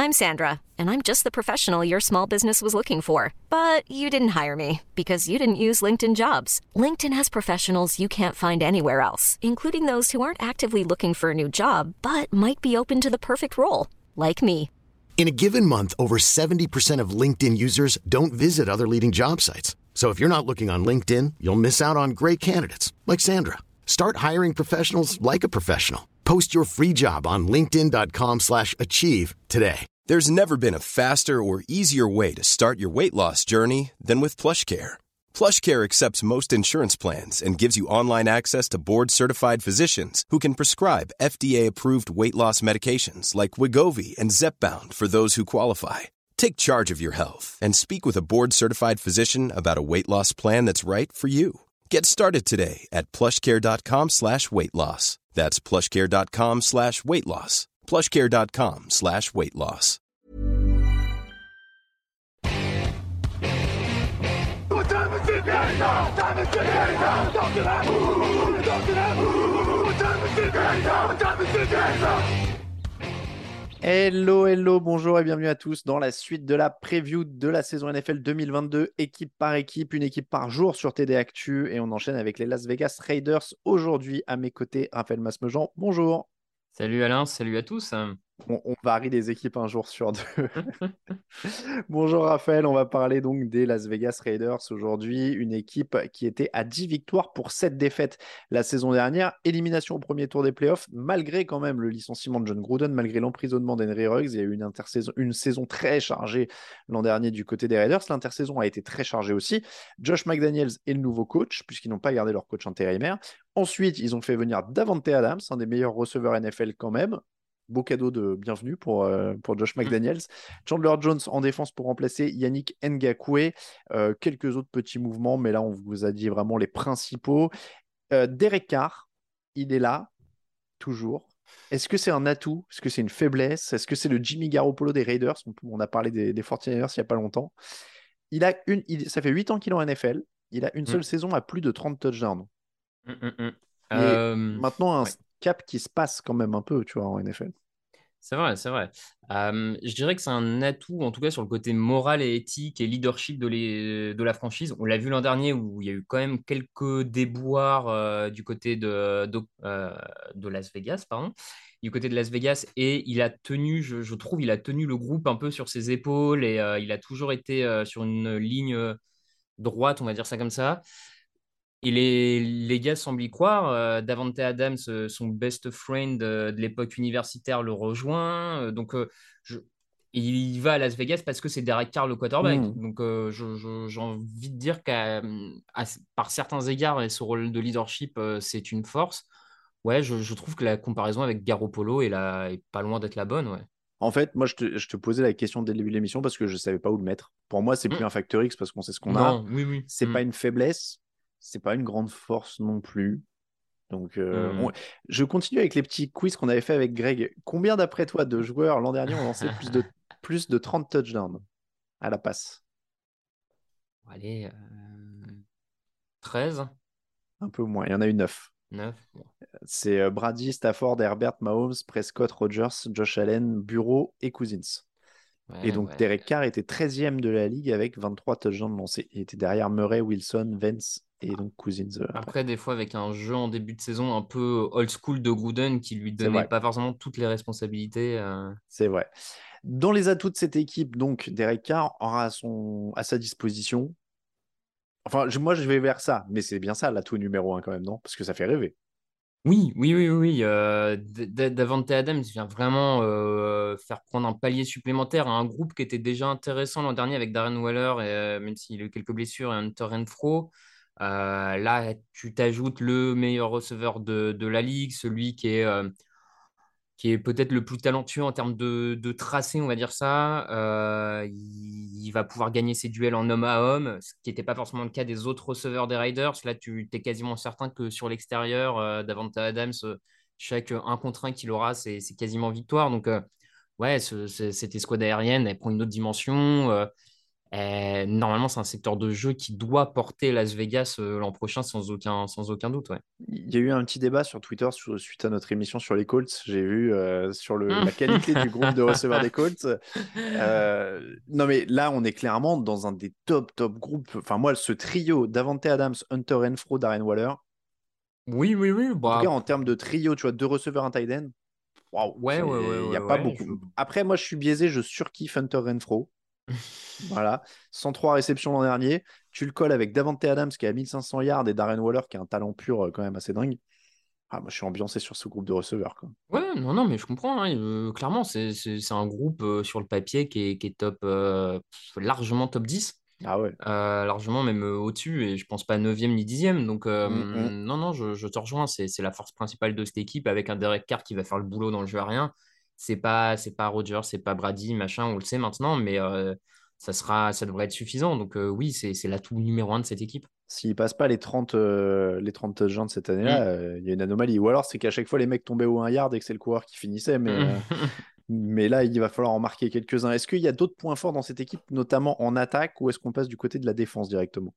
I'm Sandra, and I'm just the professional your small business was looking for. But you didn't hire me because you didn't use LinkedIn Jobs. LinkedIn has professionals you can't find anywhere else, including those who aren't actively looking for a new job, but might be open to the perfect role, like me. In a given month, over 70% of LinkedIn users don't visit other leading job sites. So if you're not looking on LinkedIn, you'll miss out on great candidates like Sandra. Start hiring professionals like a professional. Post your free job on linkedin.com/achieve today. There's never been a faster or easier way to start your weight loss journey than with PlushCare. PlushCare accepts most insurance plans and gives you online access to board-certified physicians who can prescribe FDA-approved weight loss medications like Wegovy and Zepbound for those who qualify. Take charge of your health and speak with a board-certified physician about a weight loss plan that's right for you. Get started today at plushcare.com/weight loss. That's plushcare.com/weight loss. plushcare.com/weight loss. Hello, hello, bonjour et bienvenue à tous dans la suite de la preview de la saison NFL 2022, équipe par équipe, une équipe par jour sur TD Actu, et on enchaîne avec les Las Vegas Raiders. Aujourd'hui, à mes côtés, Raphaël Masmejean, bonjour. Salut Alain, salut à tous. On varie les équipes un jour sur deux. Bonjour Raphaël, on va parler donc des Las Vegas Raiders aujourd'hui, une équipe qui était à 10 victoires pour 7 défaites la saison dernière, élimination au premier tour des playoffs, malgré quand même le licenciement de John Gruden, malgré l'emprisonnement d'Henry Ruggs. Il y a eu une saison très chargée l'an dernier du côté des Raiders. L'intersaison a été très chargée aussi. Josh McDaniels est le nouveau coach, puisqu'ils n'ont pas gardé leur coach intérimaire. Ensuite, ils ont fait venir Davante Adams, un des meilleurs receveurs NFL quand même. Beau cadeau de bienvenue pour Josh McDaniels. Chandler Jones en défense pour remplacer Yannick Ngakoue. Quelques autres petits mouvements, mais là, on vous a dit vraiment les principaux. Derek Carr, il est là, toujours. Est-ce que c'est un atout? Est-ce que c'est une faiblesse? Est-ce que c'est le Jimmy Garoppolo des Raiders? On a parlé des 49ers il n'y a pas longtemps. Ça fait 8 ans qu'il est en NFL. Il a une seule saison à plus de 30 touchdowns. Et maintenant, un cap qui se passe quand même un peu, tu vois, en NFL. C'est vrai, c'est vrai. Je dirais que c'est un atout, en tout cas sur le côté moral et éthique et leadership de la franchise. On l'a vu l'an dernier où il y a eu quand même quelques déboires du côté de Las Vegas, pardon. Du côté de Las Vegas, et il a tenu, je trouve, il a tenu le groupe un peu sur ses épaules, et il a toujours été sur une ligne droite, on va dire ça comme ça. Et les gars semblent y croire. Davante Adams, son best friend de l'époque universitaire, le rejoint. Il va à Las Vegas parce que c'est Derek Carr le quarterback. Donc, j'ai envie de dire par certains égards, et ce rôle de leadership, c'est une force. Ouais, je trouve que la comparaison avec Garoppolo est pas loin d'être la bonne. Ouais. En fait, moi, je te posais la question dès le début de l'émission parce que je ne savais pas où le mettre. Pour moi, c'est plus un facteur X parce qu'on sait ce qu'on a. Non, oui. C'est pas une faiblesse. C'est pas une grande force non plus. Donc, je continue avec les petits quiz qu'on avait fait avec Greg. Combien, d'après toi, de joueurs l'an dernier ont lancé plus de 30 touchdowns à la passe? Allez, 13. Un peu moins. Il y en a eu 9. 9. C'est Brady, Stafford, Herbert, Mahomes, Prescott, Rodgers, Josh Allen, Burrow et Cousins. Et donc, Derek Carr était 13e de la ligue avec 23 touchdowns lancés. Il était derrière Murray, Wilson, Vance et donc Cousins. Après, des fois, avec un jeu en début de saison un peu old school de Gruden qui lui donnait pas forcément toutes les responsabilités. C'est vrai. Dans les atouts de cette équipe, donc, Derek Carr aura à sa disposition. Enfin, moi, je vais vers ça. Mais c'est bien ça, l'atout numéro 1 quand même, non? Parce que ça fait rêver. Oui. Davante Adams vient vraiment faire prendre un palier supplémentaire à un groupe qui était déjà intéressant l'an dernier avec Darren Waller, même s'il a eu quelques blessures, et Hunter Renfrow. Là, tu t'ajoutes le meilleur receveur de la ligue, celui qui est peut-être le plus talentueux en termes de tracé, on va dire ça. Il va pouvoir gagner ses duels en homme à homme, ce qui n'était pas forcément le cas des autres receveurs des Raiders. Là, tu es quasiment certain que sur l'extérieur, Davante Adams, chaque 1 contre 1 qu'il aura, c'est quasiment victoire. Donc, ouais, cette escouade aérienne, elle prend une autre dimension. Normalement, c'est un secteur de jeu qui doit porter Las Vegas l'an prochain sans aucun doute. Ouais. Il y a eu un petit débat sur Twitter suite à notre émission sur les Colts. J'ai vu sur la qualité du groupe de receveurs des Colts. Non, mais là, on est clairement dans un des top groupes. Enfin, moi, ce trio Davante Adams, Hunter Renfrow, Darren Waller. Oui, oui, oui. En tout cas, Bah, en termes de trio, tu vois, deux receveurs, un tight end. Waouh, ouais, ouais, ouais, il n'y ouais, a pas ouais. beaucoup. Après, moi, je suis biaisé, je surkiffe Hunter Renfrow. Voilà, 103 réceptions l'an dernier. Tu le colles avec Davante Adams qui a 1500 yards et Darren Waller qui a un talent pur quand même assez dingue. Ah, moi, je suis ambiancé sur ce groupe de receveurs, quoi. Ouais, non, non, mais je comprends, hein. Clairement, c'est un groupe sur le papier qui est top, largement top 10. Ah ouais. Largement même au-dessus, et je pense pas 9e ni 10e. Donc, Mm, mm. non, non, je te rejoins. C'est la force principale de cette équipe avec un Derek Carr qui va faire le boulot dans le jeu aérien. C'est pas Rodgers, c'est pas Brady, machin, on le sait maintenant, mais ça devrait être suffisant. Donc, oui, c'est l'atout numéro un de cette équipe. S'ils passent pas les 30 touchdowns de cette année-là, Mm. il y a une anomalie. Ou alors, c'est qu'à chaque fois, les mecs tombaient au 1 yard et que c'est le coureur qui finissait. Mais là, il va falloir en marquer quelques-uns. Est-ce qu'il y a d'autres points forts dans cette équipe, notamment en attaque, ou est-ce qu'on passe du côté de la défense directement?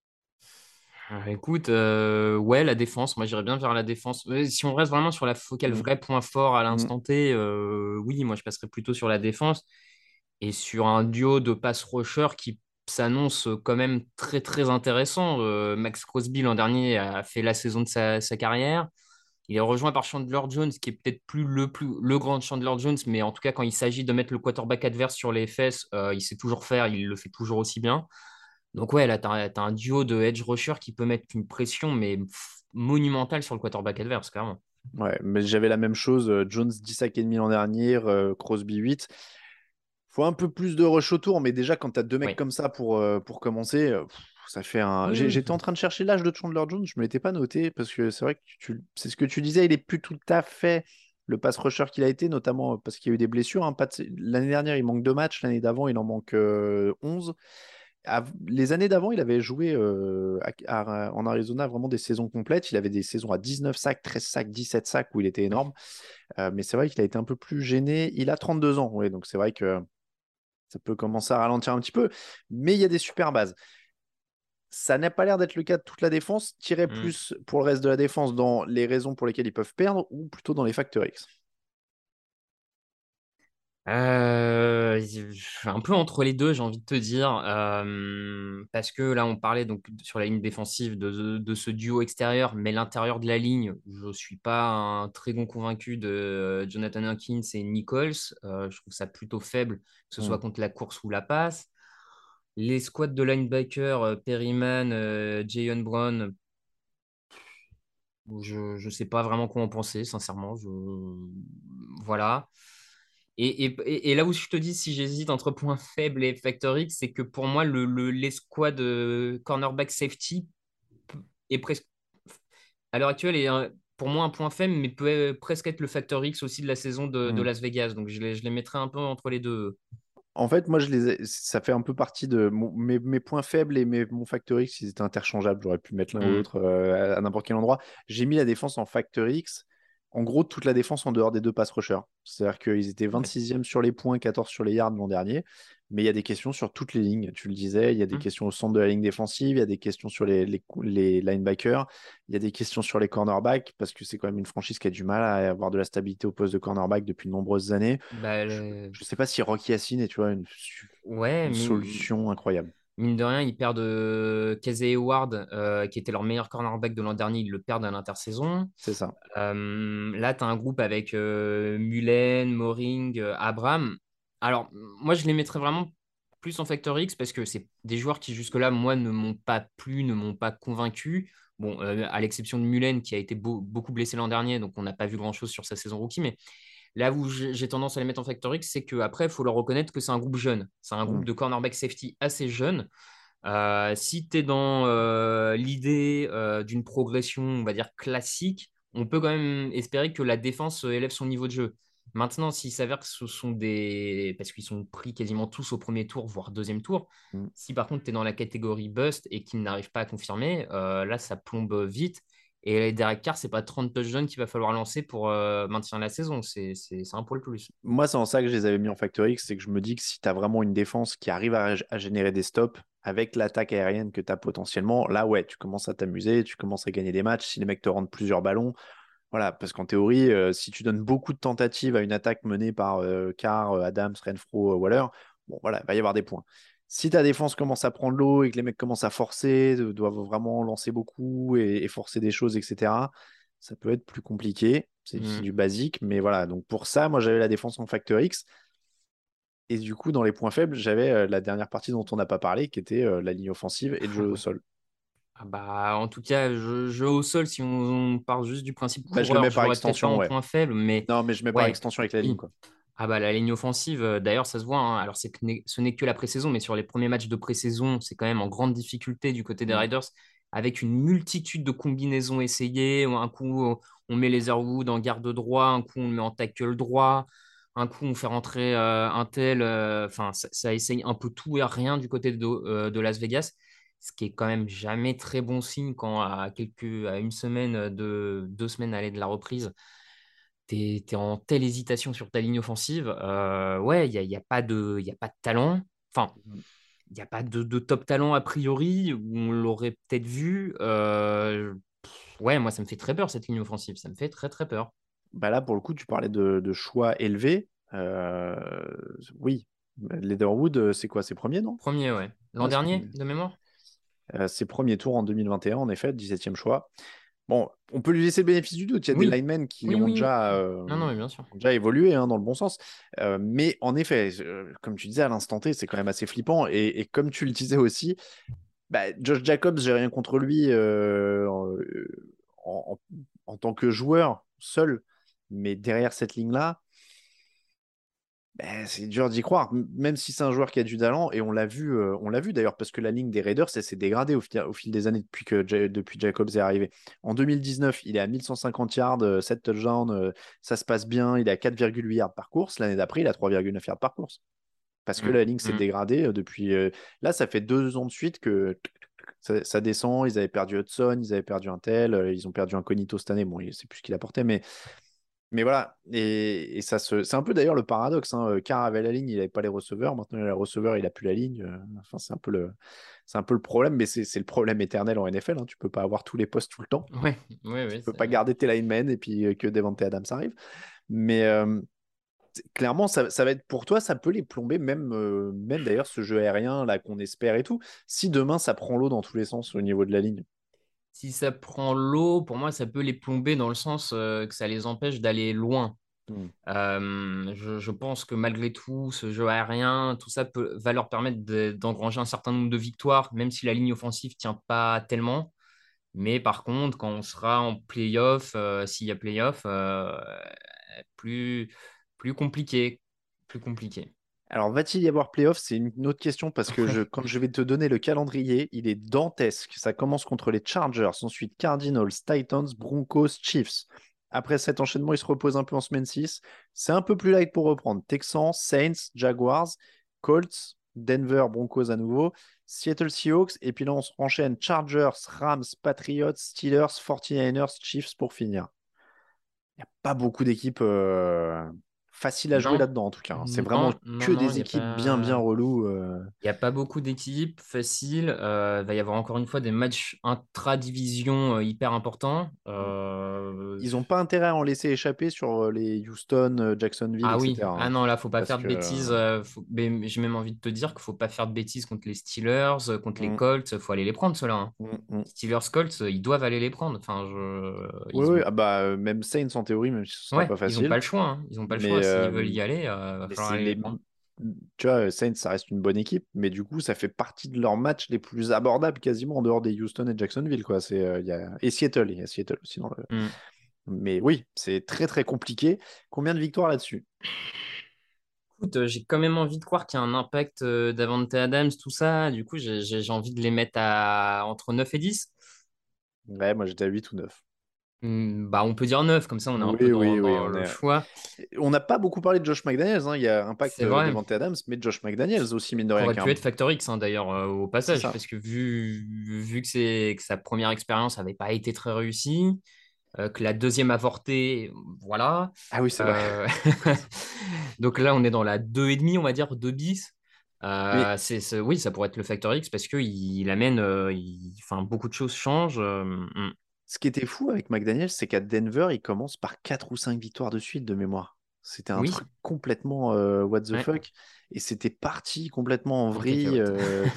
Écoute, ouais, la défense, moi j'irais bien vers la défense. Si on reste vraiment sur la focale Mm, vrai point fort à mm. l'instant T, oui, moi je passerais plutôt sur la défense et sur un duo de pass rusher qui s'annonce quand même très très intéressant. Max Crosby l'an dernier a fait la saison de sa carrière. Il est rejoint par Chandler Jones, qui est peut-être plus le grand Chandler Jones, mais en tout cas quand il s'agit de mettre le quarterback adverse sur les fesses, il sait toujours faire, il le fait toujours aussi bien. Donc ouais, là, t'as un duo de edge rusher qui peut mettre une pression, mais monumentale sur le quarterback adverse, clairement. Ouais, mais j'avais la même chose. Jones 10 sacs et demi l'an dernier, Crosby 8. Faut un peu plus de rush autour, mais déjà, quand tu as deux mecs Oui. comme ça pour commencer, ça fait un. Oui, oui, J'étais en train de chercher l'âge de Chandler Jones, je me l'étais pas noté, parce que c'est vrai que c'est ce que tu disais, il est plus tout à fait le pass rusher qu'il a été, notamment parce qu'il y a eu des blessures, hein. L'année dernière, il manque 2 matchs, l'année d'avant, il en manque 11. Les années d'avant, il avait joué en Arizona vraiment des saisons complètes. Il avait des saisons à 19 sacs, 13 sacs, 17 sacs où il était énorme. Mais c'est vrai qu'il a été un peu plus gêné. Il a 32 ans, oui, donc c'est vrai que ça peut commencer à ralentir un petit peu, mais il y a des super bases. Ça n'a pas l'air d'être le cas de toute la défense. Tirer oui. plus pour le reste de la défense dans les raisons pour lesquelles ils peuvent perdre ou plutôt dans les facteurs X. Un peu entre les deux, j'ai envie de te dire, parce que là, on parlait donc sur la ligne défensive de ce duo extérieur, mais l'intérieur de la ligne, je suis pas un très bon convaincu de Jonathan Hankins et Nichols. Je trouve ça plutôt faible, que ce soit Hmm. contre la course ou la passe. Les squads de linebacker, Perryman, Jayon Brown, je ne sais pas vraiment quoi en penser, sincèrement. Voilà. Et là où je te dis, si j'hésite entre point faible et Factor X, c'est que pour moi, l'escouade cornerback safety est presque, à l'heure actuelle, pour moi un point faible, mais peut presque être le Factor X aussi de la saison de Hmm. Las Vegas. Donc je les mettrais un peu entre les deux. En fait, moi, ça fait un peu partie de mes points faibles et mon facteur X, ils étaient interchangeables. J'aurais pu mettre l'un ou Hmm. l'autre à n'importe quel endroit. J'ai mis la défense en facteur X. En gros, toute la défense en dehors des deux pass rushers. C'est-à-dire qu'ils étaient Ouais. 26e sur les points, 14 sur les yards l'an dernier. Mais il y a des questions sur toutes les lignes. Tu le disais, il y a des Hmm. questions au centre de la ligne défensive, il y a des questions sur les linebackers, il y a des questions sur les cornerbacks, parce que c'est quand même une franchise qui a du mal à avoir de la stabilité au poste de cornerback depuis de nombreuses années. Bah, Je ne sais pas si Rocky Yassin est, tu vois, ouais, une solution incroyable. mine de rien, ils perdent Casey Hayward, qui était leur meilleur cornerback de l'an dernier. Ils le perdent à l'intersaison. C'est ça. Là, tu as un groupe avec Mullen, Moring, Abraham. Alors, moi, je les mettrais vraiment plus en Factor X parce que c'est des joueurs qui, jusque-là, moi, ne m'ont pas plu, ne m'ont pas convaincu. Bon, à l'exception de Mullen, qui a été beaucoup blessé l'an dernier, donc on n'a pas vu grand-chose sur sa saison rookie. Mais là où j'ai tendance à les mettre en Factor X, c'est qu'après, il faut leur reconnaître que c'est un groupe jeune. C'est un Mm. groupe de cornerback safety assez jeune. Si tu es dans l'idée d'une progression, on va dire classique, on peut quand même espérer que la défense élève son niveau de jeu. Maintenant, s'il s'avère que ce sont des... Parce qu'ils sont pris quasiment tous au premier tour, voire deuxième tour, Mm. si par contre tu es dans la catégorie bust et qu'ils n'arrivent pas à confirmer, là, ça plombe vite. Et Derek Carr, c'est pas 30 touchdowns qu'il va falloir lancer pour maintenir la saison. C'est un poil plus. Moi, c'est en ça que je les avais mis en Factor X, c'est que je me dis que si tu as vraiment une défense qui arrive à générer des stops avec l'attaque aérienne que tu as potentiellement, là, ouais, tu commences à t'amuser, tu commences à gagner des matchs. Si les mecs te rendent plusieurs ballons, voilà, parce qu'en théorie, si tu donnes beaucoup de tentatives à une attaque menée par Carr, Adams, Renfro, Waller, bon, voilà, il va y avoir des points. Si ta défense commence à prendre l'eau et que les mecs commencent à forcer, doivent vraiment lancer beaucoup et forcer des choses, etc., ça peut être plus compliqué. C'est Mm. du basique, mais voilà. Donc pour ça, moi, j'avais la défense en Factor X. Et du coup, dans les points faibles, j'avais la dernière partie dont on n'a pas parlé, qui était la ligne offensive et le Ah jeu au ouais. sol. Ah bah, en tout cas, jeu au sol, si on part juste du principe Bah, je le coureur, mets je par l'aurais peut-être pas extension, en ouais. point faible, mais Non, mais je mets par ouais, extension avec la ligne, oui. quoi. Ah bah, la ligne offensive, d'ailleurs, ça se voit, hein. Alors, ce n'est que la pré-saison, mais sur les premiers matchs de pré-saison, c'est quand même en grande difficulté du côté des Mm. Riders, avec une multitude de combinaisons essayées. Un coup, on met les Leatherwood en garde droit, un coup, on le met en tackle droit, un coup, on fait rentrer un tel. Enfin, ça essaye un peu tout et rien du côté de Las Vegas, ce qui est quand même jamais très bon signe quand à une semaine, 2 semaines à l'aller de la reprise t'es en telle hésitation sur ta ligne offensive. Ouais, il y a pas y a pas de talent. Enfin, il n'y a pas de top talent a priori, où on l'aurait peut-être vu. Ouais, moi, ça me fait très peur, cette ligne offensive. Ça me fait très, très peur. Bah là, pour le coup, tu parlais de choix élevés. Oui, Leatherwood, c'est quoi? C'est premier, non? Premier, ouais. L'an Ouais, c'est dernier, premier. de mémoire? C'est premier tour en 2021, en effet, 17e choix. Bon, on peut lui laisser le bénéfice du doute. Il y a des Oui, linemen qui oui, oui, oui. Non, non, mais bien sûr. ont déjà évolué hein, dans le bon sens. Mais en effet, comme tu disais à l'instant T, c'est quand même assez flippant. Et comme tu le disais aussi, bah, Josh Jacobs, j'ai rien contre lui en, en tant que joueur seul. Mais derrière cette ligne-là, ben, c'est dur d'y croire, même si c'est un joueur qui a du talent, et on l'a vu d'ailleurs, parce que la ligne des Raiders, elle s'est dégradée au fil des années depuis Jacobs est arrivé. En 2019, il est à 1150 yards, 7 touchdowns, ça se passe bien, il est à 4,8 yards par course. L'année d'après, il a 3,9 yards par course. Parce que Mm, la ligne s'est mm. dégradée depuis. Là, ça fait 2 ans de suite que ça descend. Ils avaient perdu Hudson, ils avaient perdu un tel, ils ont perdu un Cognito cette année. Bon, c'est plus ce qu'il apportait, mais voilà, et c'est un peu d'ailleurs le paradoxe. Hein. Carr avait la ligne, il n'avait pas les receveurs. Maintenant, il a les receveurs, il n'a plus la ligne. Enfin, c'est un peu le problème, mais c'est le problème éternel en NFL. Hein. Tu peux pas avoir tous les postes tout le temps. Ouais, ouais, Tu ouais. peux pas garder tes linemen et puis que Devante Adams arrive. Mais clairement, ça va être pour toi, ça peut les plomber, même d'ailleurs ce jeu aérien là qu'on espère et tout. Si demain ça prend l'eau dans tous les sens au niveau de la ligne. Si ça prend l'eau, pour moi, ça peut les plomber dans le sens que ça les empêche d'aller loin. Hmm. Je pense que malgré tout, ce jeu aérien, tout ça va leur permettre d'engranger un certain nombre de victoires, même si la ligne offensive tient pas tellement. Mais par contre, quand on sera en playoff, s'il y a playoff, plus, plus compliqué. Plus compliqué. Alors, va-t-il y avoir playoff? C'est une autre question parce que Ouais. quand je vais te donner le calendrier, il est dantesque. Ça commence contre les Chargers, ensuite Cardinals, Titans, Broncos, Chiefs. Après cet enchaînement, il se repose un peu en semaine 6. C'est un peu plus light pour reprendre. Texans, Saints, Jaguars, Colts, Denver, Broncos à nouveau, Seattle Seahawks. Et puis là, on se enchaîne Chargers, Rams, Patriots, Steelers, 49ers, Chiefs pour finir. Il n'y a pas beaucoup d'équipes faciles à jouer Non, là-dedans, en tout cas. Hein. C'est vraiment non, non, que non, il des n'y a équipes bien, bien pas. reloues. Il n'y a pas beaucoup d'équipes faciles. Il va y avoir encore une fois des matchs intra-division hyper importants. Ils n'ont pas intérêt à en laisser échapper sur les Houston, Jacksonville, Ah oui, etc. ah Hein. non, là, faut pas Parce faire de que. bêtises. Mais j'ai même envie de te dire qu'il faut pas faire de bêtises contre les Steelers, contre les Mm, Colts. Faut aller les prendre, ceux-là. Hein. mm. Steelers, Colts, ils doivent aller les prendre. Enfin, Oui, ils oui. ont, Ah bah, même Saints en théorie, même si ce sera ouais, pas ils ont pas facile. le choix. Hein. Ils ont pas le choix. Mais, S'ils euh, veulent y aller, va mais falloir c'est aller les les. prendre. Tu vois, Saints, ça reste une bonne équipe, mais du coup, ça fait partie de leurs matchs les plus abordables quasiment en dehors des Houston et Jacksonville, quoi. Et Seattle, il y a Seattle aussi dans le. Hmm. Mais oui, c'est très très compliqué. Combien de victoires là-dessus? Écoute, j'ai quand même envie de croire qu'il y a un impact d'Avante Adams, tout ça. Du coup, j'ai envie de les mettre entre 9 et 10. Ouais, moi j'étais à 8 ou 9. On peut dire 9, comme ça on est un peu Oui, dans le choix. On n'a pas beaucoup parlé de Josh McDaniels, hein. Il y a Impact C'est vrai. Devante Adams, mais Josh McDaniels aussi, mine de Qui rien. aurait pu être Factor X, hein, d'ailleurs, au C'est passage, ça. parce que vu que sa première expérience n'avait pas été très réussie, que la deuxième avortée, voilà. Ah oui, c'est vrai. Euh, Donc là, on est dans la 2,5, on va dire, 2 bis. Mais Oui, ça pourrait être le Factor X parce qu'il amène, enfin, beaucoup de choses changent. ce qui était fou avec McDaniels, c'est qu'à Denver, il commence par 4 ou 5 victoires de suite de mémoire. C'était un Oui, truc complètement what the ouais, fuck. Et c'était parti complètement en en vrille. cacahuète.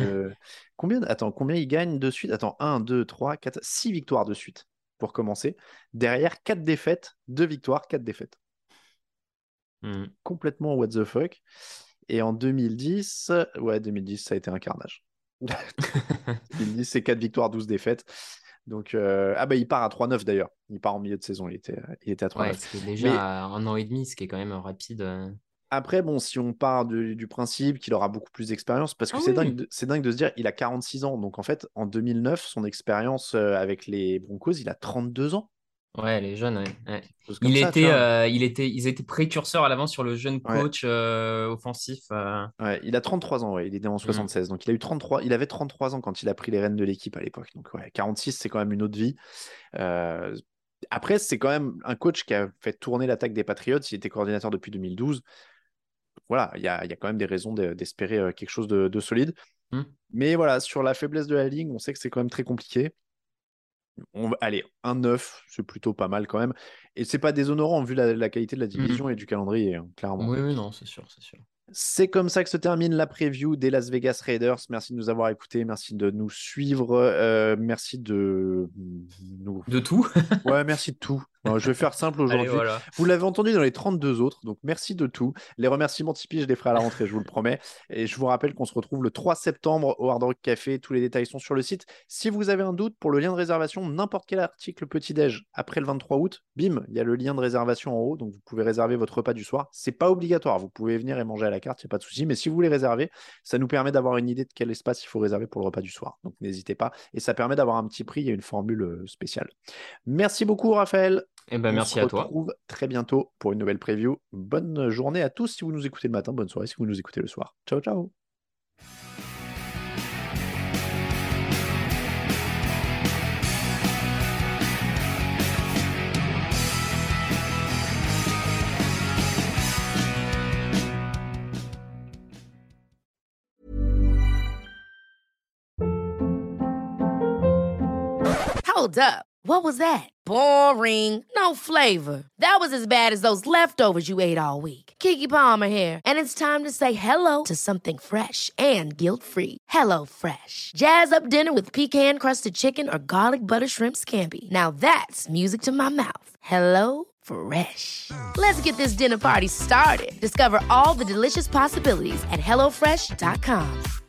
Combien il gagne de suite? Attends, 1, 2, 3, 4, 6 victoires de suite pour commencer. Derrière, 4 défaites, 2 victoires, 4 défaites. Mm. Complètement what the fuck. Et en 2010, ouais, 2010, ça a été un carnage. 2010, c'est 4 victoires, 12 défaites. Donc, il part à 3-9 d'ailleurs. Il part en milieu de saison, il était à Ouais, 3-9. ce qui est déjà Mais à 1 an et demi, ce qui est quand même rapide. après, bon, si on part du principe qu'il aura beaucoup plus d'expérience, parce que Ah oui, c'est dingue de se dire, il a 46 ans. Donc en fait, en 2009, son expérience avec les Broncos, il a 32 ans. ouais, les jeunes, ouais. Ouais. Chose comme ça, tu vois. Ils étaient précurseurs à l'avance sur le jeune Ouais. coach offensif. Ouais, il a 33 ans, ouais, il est né en Mm. 76. Donc il avait 33 ans quand il a pris les rênes de l'équipe à l'époque. Donc ouais, 46, c'est quand même une autre vie. Euh, Après, c'est quand même un coach qui a fait tourner l'attaque des Patriots. Il était coordinateur depuis 2012. Voilà, il y a quand même des raisons d'espérer quelque chose de solide. Mm. Mais voilà, sur la faiblesse de la ligne, on sait que c'est quand même très compliqué. Allez, un 9, c'est plutôt pas mal quand même. Et c'est pas déshonorant vu la qualité de la division Mm. et du calendrier, hein, clairement. Oui, oui, non, c'est sûr, c'est sûr. C'est comme ça que se termine la preview des Las Vegas Raiders. Merci de nous avoir écoutés, merci de nous suivre, merci de nous... De tout. Ouais, merci de tout. Je vais faire simple Allez, aujourd'hui. voilà. Vous l'avez entendu dans les 32 autres, donc merci de tout. Les remerciements Tipeee, je les ferai à la rentrée, je vous le promets. Et je vous rappelle qu'on se retrouve le 3 septembre au Hard Rock Café. Tous les détails sont sur le site. Si vous avez un doute pour le lien de réservation, n'importe quel article petit-déj après le 23 août, bim, il y a le lien de réservation en haut, donc vous pouvez réserver votre repas du soir. C'est pas obligatoire, vous pouvez venir et manger à la carte, il n'y a pas de souci. Mais si vous voulez réserver, ça nous permet d'avoir une idée de quel espace il faut réserver pour le repas du soir. Donc n'hésitez pas. Et ça permet d'avoir un petit prix, il y a une formule spéciale. Merci beaucoup, Raphaël. Eh ben, On se merci à toi. retrouve très bientôt pour une nouvelle preview. Bonne journée à tous si vous nous écoutez le matin, bonne soirée si vous nous écoutez le soir. Ciao, ciao. Hold up. What was that? Boring. No flavor. That was as bad as those leftovers you ate all week. Keke Palmer here, and it's time to say hello to something fresh and guilt-free. Hello Fresh. Jazz up dinner with pecan-crusted chicken or garlic butter shrimp scampi. Now that's music to my mouth. Hello Fresh. Let's get this dinner party started. Discover all the delicious possibilities at hellofresh.com.